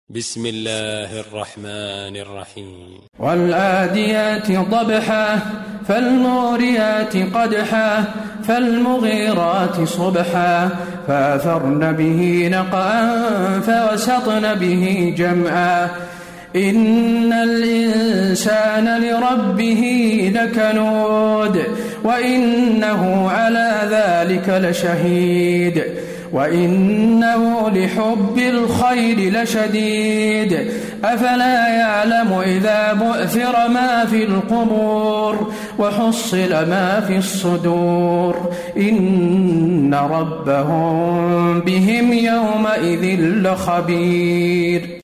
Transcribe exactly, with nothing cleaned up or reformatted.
بسم الله الرحمن الرحيم. والعاديات ضبحا فالموريات قدحا فالمغيرات صبحا فأثرن به نقعا فوسطن به جمعا إن الإنسان لربه لكنود وإنه على ذلك لشهيد وإنه لحب الخير لشديد أفلا يعلم إذا بؤثر ما في القبور وحصل ما في الصدور إن ربهم بهم يومئذ لخبير.